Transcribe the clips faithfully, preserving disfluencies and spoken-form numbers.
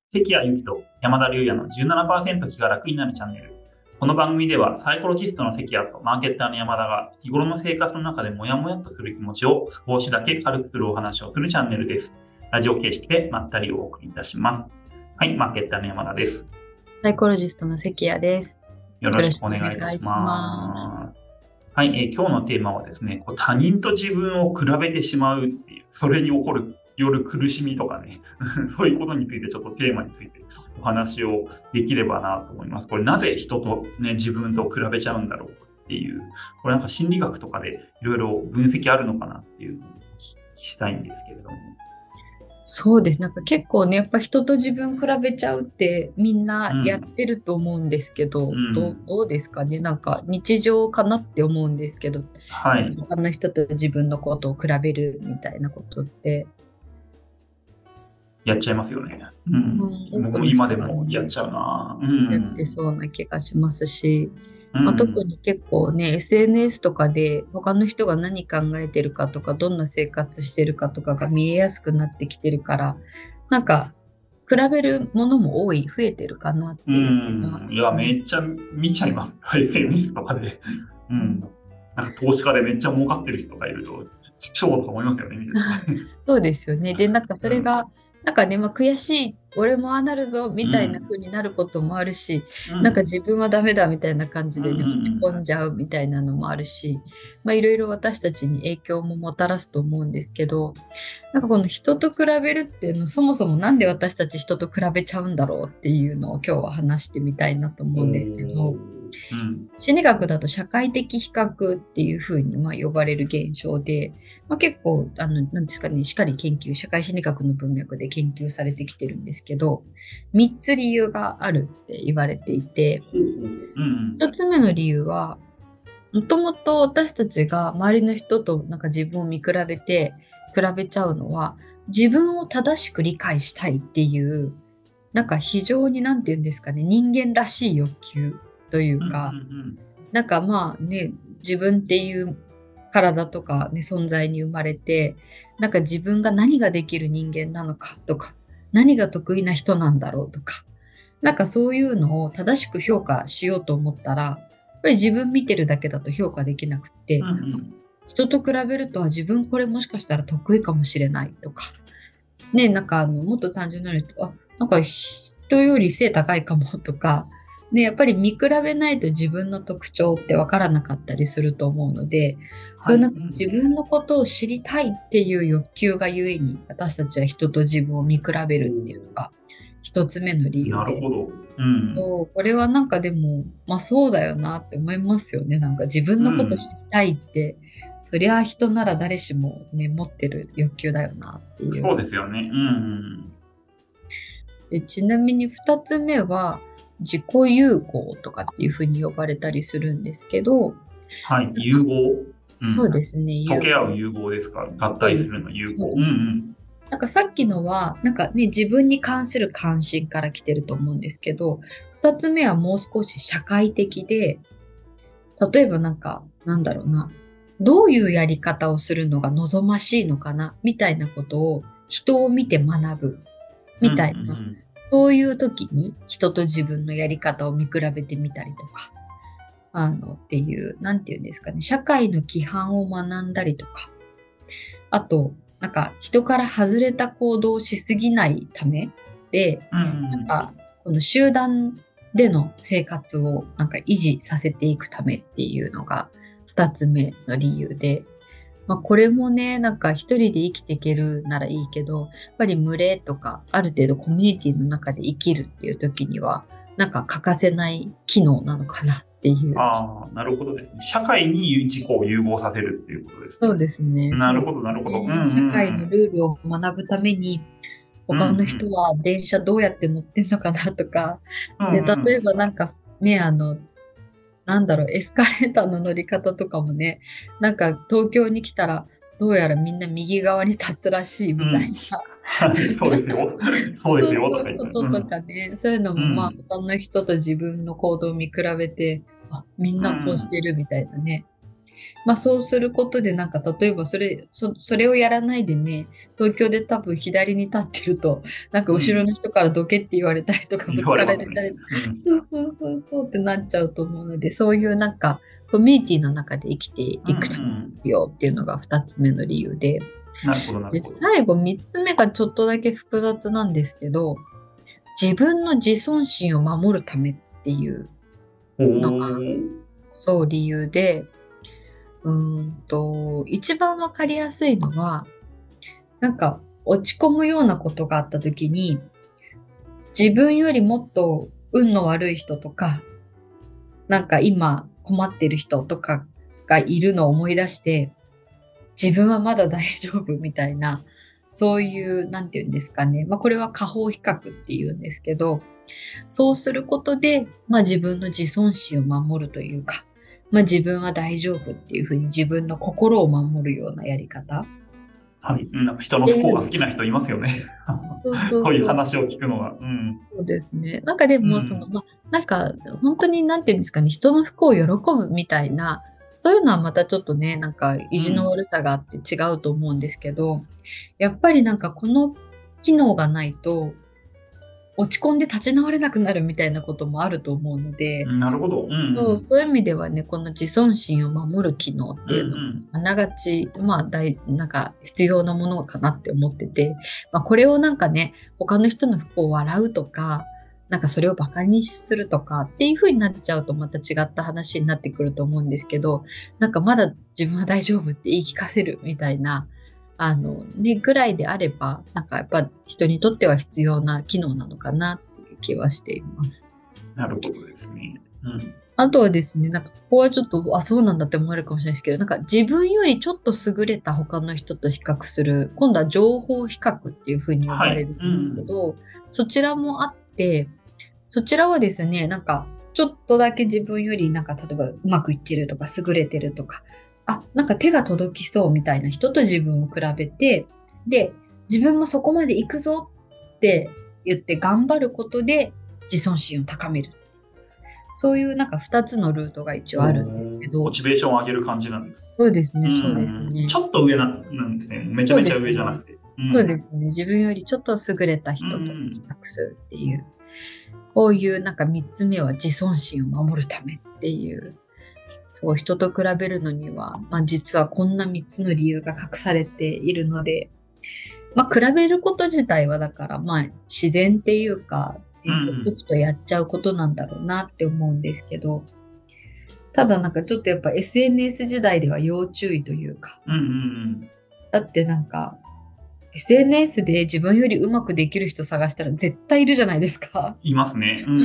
関谷由紀と山田龍也のじゅうななパーセント 気が楽になるチャンネル。この番組ではサイコロジストの関谷とマーケッターの山田が日頃の生活の中でモヤモヤっとする気持ちを少しだけ軽くするお話をするチャンネルです。ラジオ形式でまったりお送りいたします。はい、マーケッターの山田です。 サイコロジストの関谷です。 よろしくお願いいたします。はい、えー、今日のテーマはですね、こう他人と自分を比べてしまうっていう、それに起こるよる苦しみとかねそういうことについてちょっとテーマについてお話をできればなと思います。これなぜ人とね、自分と比べちゃうんだろうっていう、これなんか心理学とかでいろいろ分析あるのかなっていうのを聞きしたいんですけれども。 そうです。なんか結構ね、やっぱ人と自分比べちゃうってみんなやってると思うんですけど、うん、どう、どうですかね。なんか日常かなって思うんですけど、 はい。 他の人と自分のことを比べるみたいなことって。 やっちゃいますよね。うん。うん、僕も今でもやっちゃうな。うん、 やってそうな気がしますし、まあ、特に結構ね、エスエヌエス とかで他の人が何考えてるかとか、どんな生活してるかとかが見えやすくなってきてるから、なんか比べるものも多い、増えてるかなっていうのは。 うん。いや、めっちゃ見ちゃいます。エスエヌエス とかで。うん。なんか投資家でめっちゃ儲かってる人がいると、超とか思いますよね、 そうですよね。で、なんかそれが、うん、なんかね、まあ、悔しい、俺もああなるぞみたいな風になることもあるし、うん、なんか自分はダメだみたいな感じでね、落ち込んじゃうみたいなのもあるし、まあいろいろ私たちに影響ももたらすと思うんですけど、なんかこの人と比べるっていうの、そもそもなんで私たち人と比べちゃうんだろうっていうのを今日は話してみたいなと思うんですけど、うん、心理学だと社会的比較っていうふうにまあ呼ばれる現象で、まあ、結構あのなんですかね、しっかり研究、社会心理学の文脈で研究されてきてるんですけど、みっつ理由があるって言われていて、ひとつめの理由は、もともと私たちが周りの人となんか自分を見比べて比べちゃうのは、自分を正しく理解したいっていう、なんか非常になんて言うんですかね、人間らしい欲求というか、うんうんうん、なんかまあね、自分っていう体とか、ね、存在に生まれて、なんか自分が何ができる人間なのかとか、何が得意な人なんだろうとか、なんかそういうのを正しく評価しようと思ったら、やっぱり自分見てるだけだと評価できなくて、うんうん、人と比べると自分これもしかしたら得意かもしれないとか、ね、なんかあのもっと単純なのと、あ、なんか人より背高いかもとか、ね、やっぱり見比べないと自分の特徴って分からなかったりすると思うので、そういうなんか自分のことを知りたいっていう欲求がゆえに、私たちは人と自分を見比べるっていうのが一つ目の理由で。 なるほど。うん、 そうこれはなんかでも、まあそうだよなって思いますよね。なんか自分のこと知りたいって、うん、そりゃ人なら誰しもね、持ってる欲求だよなっていう。 そうですよね。うん、 でちなみに二つ目は、自己融合とかっていうふうに呼ばれたりするんですけど、 はい、融合、 うん、そうですね。 溶け合う融合ですか、合体するの融合。うんうん。 なんかさっきのは、なんかね、自分に関する関心から来てると思うんですけど、二つ目はもう少し社会的で、例えばなんか、なんだろうな、どういうやり方をするのが望ましいのかな、みたいなことを人を見て学ぶ、みたいな。うんうんうん、そういう時に人と自分のやり方を見比べてみたりとか、あのっていう、なんていうんですかね、社会の規範を学んだりとか、あと、なんか人から外れた行動をしすぎないためで、うんうん、なんかこの集団での生活をなんか維持させていくためっていうのが二つ目の理由で、まあ、これもね、なんか一人で生きていけるならいいけど、やっぱり群れとかある程度コミュニティの中で生きるっていう時には、なんか欠かせない機能なのかなっていう。 ああ、なるほどですね。社会に自己を融合させるっていうことですね。そうですね。 なるほど、なるほど。うんうんうん、 社会のルールを学ぶために、他の人は電車どうやって乗ってんのかなとか、うんうん、で例えばなんかね、あの、なんだろう、エスカレーターの乗り方とかもね、なんか東京に来たら、どうやらみんな右側に立つらしいみたいな。 うん、そうですよ。そうですよ。とか言って。 こととかね、うん、そういうのも、まあ、他の人と自分の行動を見比べて、あ、みんなこうしてるみたいなね。 まあそうすることでなんか例えばそれ、そ、それをやらないでね、東京で多分左に立ってると、なんかうん。 後ろの人からどけって言われたりとか、ぶ言つからわれますね。 れたり、 うん。 そうそうそうそうってなっちゃうと思うので、そういうなんかコミュニティの中で生きてうんういくためでん。 すよっていうのが二つ目の理由で、 なるほど、なるで、 ほど。 最後三つ目がちょっとだけ複雑なんですけど、自分の自尊心を守るためっていうおのが、 ー。 そう理由で、うーんと、一番わかりやすいのは、なんか落ち込むようなことがあった時に、自分よりもっと運の悪い人とか、なんか今困ってる人とかがいるのを思い出して、自分はまだ大丈夫みたいな、そういう、なんていうんですかね。まあこれは下方比較っていうんですけど、そうすることで、まあ自分の自尊心を守るというか、まあ自分は大丈夫っていうふうに自分の心を守るようなやり方っはい。うんなんか人の不幸がていう。 好きな人いますよね。 そうそそういううそう。 話を聞くのは。うん。 そうですね。なんかでも、その、 うん。 まあ、なんか、本当になんていうんですかね、人の不幸を喜ぶみたいな、そういうのはまたちょっとね、なんか意地のうん。 悪さがあって違うと思うんですけど、やっぱりなんかこの機能がないと、落ち込んで立ち直れなくなるみたいなこともあると思うので、 なるほど。うんうそう、 ん。 そういう意味ではね、この自尊心を守る機能っうんうていうのは、 ん。 あながち、まあ、大、なんか必要なものかなって思ってて、まあ、これをなんかね、他の人の不幸を笑うとか、なんかそれをバカにするとかっていう風になっちゃうとまた違った話になってくると思うんですけど、なんかまだ自分は大丈夫って言い聞かせるみたいな、あの、ね、ぐらいであれば、なんかやっぱ人にとっては必要な機能なのかなっていう気はしています。 なるほどですね。うん。 あとはですね、なんかここはちょっと、あ、そうなんだって思われるかもしれないですけど、なんか自分よりちょっと優れた他の人と比較する、今度は情報比較っていうふうに呼はい。 ばれるんうんうですけん。 ど、そちらもあって、そちらはですね、なんかちょっとだけ自分よりなんか例えばうまくいってるとか優れてるとか、あ、なんか手が届きそうみたいな人と自分を比べて、で、自分もそこまで行くぞって言って頑張ることで自尊心を高める。そういうなんかふたつのルートが一応あるんですけど、 モチベーションを上げる感じなんです。 そうですね、 うそうですん。ちね。 ょっと上な、なんですね。めちゃそうめちゃですね。 上じゃなくて。うん。 そうですね。自分よりちょっと優れたう人と比ん。 較するっていう。こういうなんかみっつめは自尊心を守るためっていう。そう、人と比べるのには、まあ実はこんなみっつの理由が隠されているので、まあ比べること自体はだからまあ自然っていうか、 うえっと、ちょん。 っとやっちゃうことなんだろうなって思うんですけど、ただなんかちょっとやっぱ エスエヌエス 時代では要注意というか、 うん。うん。うんだってなんか エスエヌエス で自分よりうまくできる人探したら絶対いるじゃないですか。 いますね。うん。うん。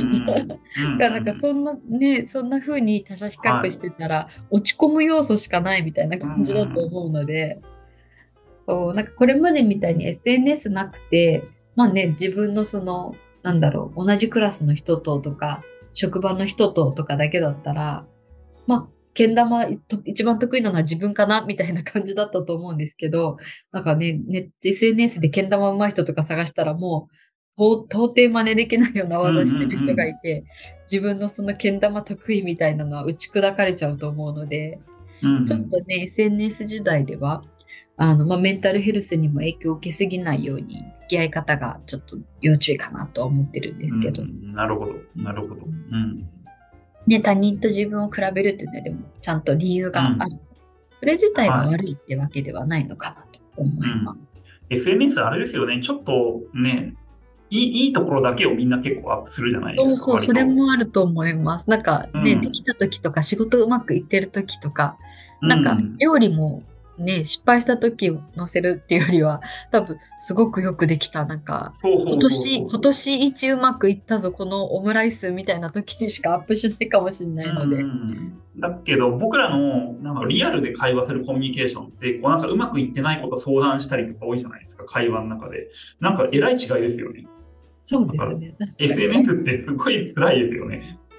うん。うだからなんかん。 そんなね、そんな風に他者比較しはい。 てたら落ち込む要素しかないみたいなう感じだとん。 思うので、そう、なんかこれまでみたいに エスエヌエス なくて、まあね、自分のその、なんだろう、同じクラスの人ととか、職場の人ととかだけだったら、まあ、けん玉と一番得意なのは自分かなみたいな感じだったと思うんですけど、なんかね、ね、エスエヌエス でけん玉上手い人とか探したらもう、到到底真似できないようなうん。う技してる人がん。 いて、自分のそのけん玉得意みたいなのは打ち砕かれちゃうと思うので、 うん。うん。 ちょっとね、エスエヌエス 時代では、あの、まあ、メンタルヘルスにも影響を受けすぎないように、付き合い方がちょっと要注意かなとは思ってるんですけど。 うんなるほど。なるほど。うん。 ね、他人と自分を比べるっていうのはでもちゃんと理由うん。 がある。それ自体がはい。 悪いってわけではないのかなと思いまうん。 す。 エスエヌエス あれですよね。ちょっとね、いい、いいところだけをみんな結構アップするじゃないですか、 そうそう、それ割と。 もあると思います。なんかね、できうん。 た時とか仕事うまくいってる時とか、 うなんかん。 料理もね、失敗した時を載せるっていうよりは、多分すごくよくできた、なんか、 そうそうそう今年、 そうそう。 今年一うまくいったぞ、このオムライスみたいな時にしかアップしないかもしれなうんいので。 うん。だけど、僕らの、なんかリアルで会話するコミュニケーションって、こうなんかうまくいってないこと相談したりとか多いじゃないですか、会話の中で。なんかえらい違いですよね。なんかそうですね。確かに。本エスエヌエス ってすごい辛いですよね。うん。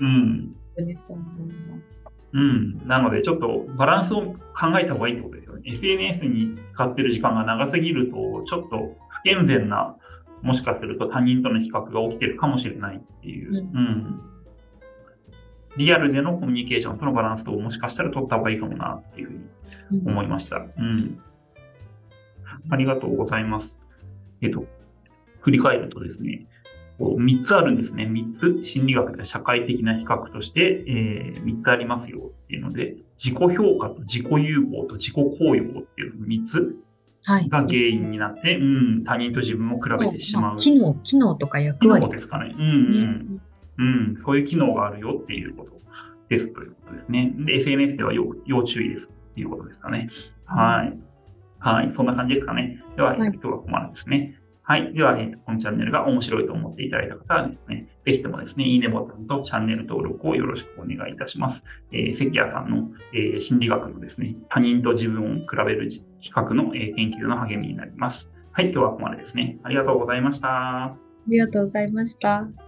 当にそう思います。 うん。なので、ちょっとバランスを考えた方がいいってことですよね。エスエヌエス に使ってる時間が長すぎると、ちょっと不健全な、もしかすると他人との比較が起きてるかもしれないっていう。 うん。 うん。 リアルでのコミュニケーションとのバランスともしかしたら取った方がいいかもなっていうふうに思いました。うん。ありがとうございます。えっと、振り返るとですね、こうみっつあるんですね。みっつ、心理学で社会的な比較として、えー、みっつありますよっていうので、自己評価と自己融合と自己効用っていうみっつが原因になって、はい、うん、他人と自分を比べてしまう。 まあ、機能、機能とか役割。 機能ですかね。うん、うん、うん。そういう機能があるよっていうことですということですね。で、エスエヌエス では要要注意ですっていうことですかね。はい。はい。そんな感じですかね。では、はい、今日はここまでですね。はい。では、えー、このチャンネルが面白いと思っていただいた方はですね、ぜひともですね、いいねボタンとチャンネル登録をよろしくお願いいたします。えー、関谷さんの、えー、心理学のですね、他人と自分を比べる比較の、えー、研究の励みになります。はい。今日はここまでですね。ありがとうございました。 ありがとうございました。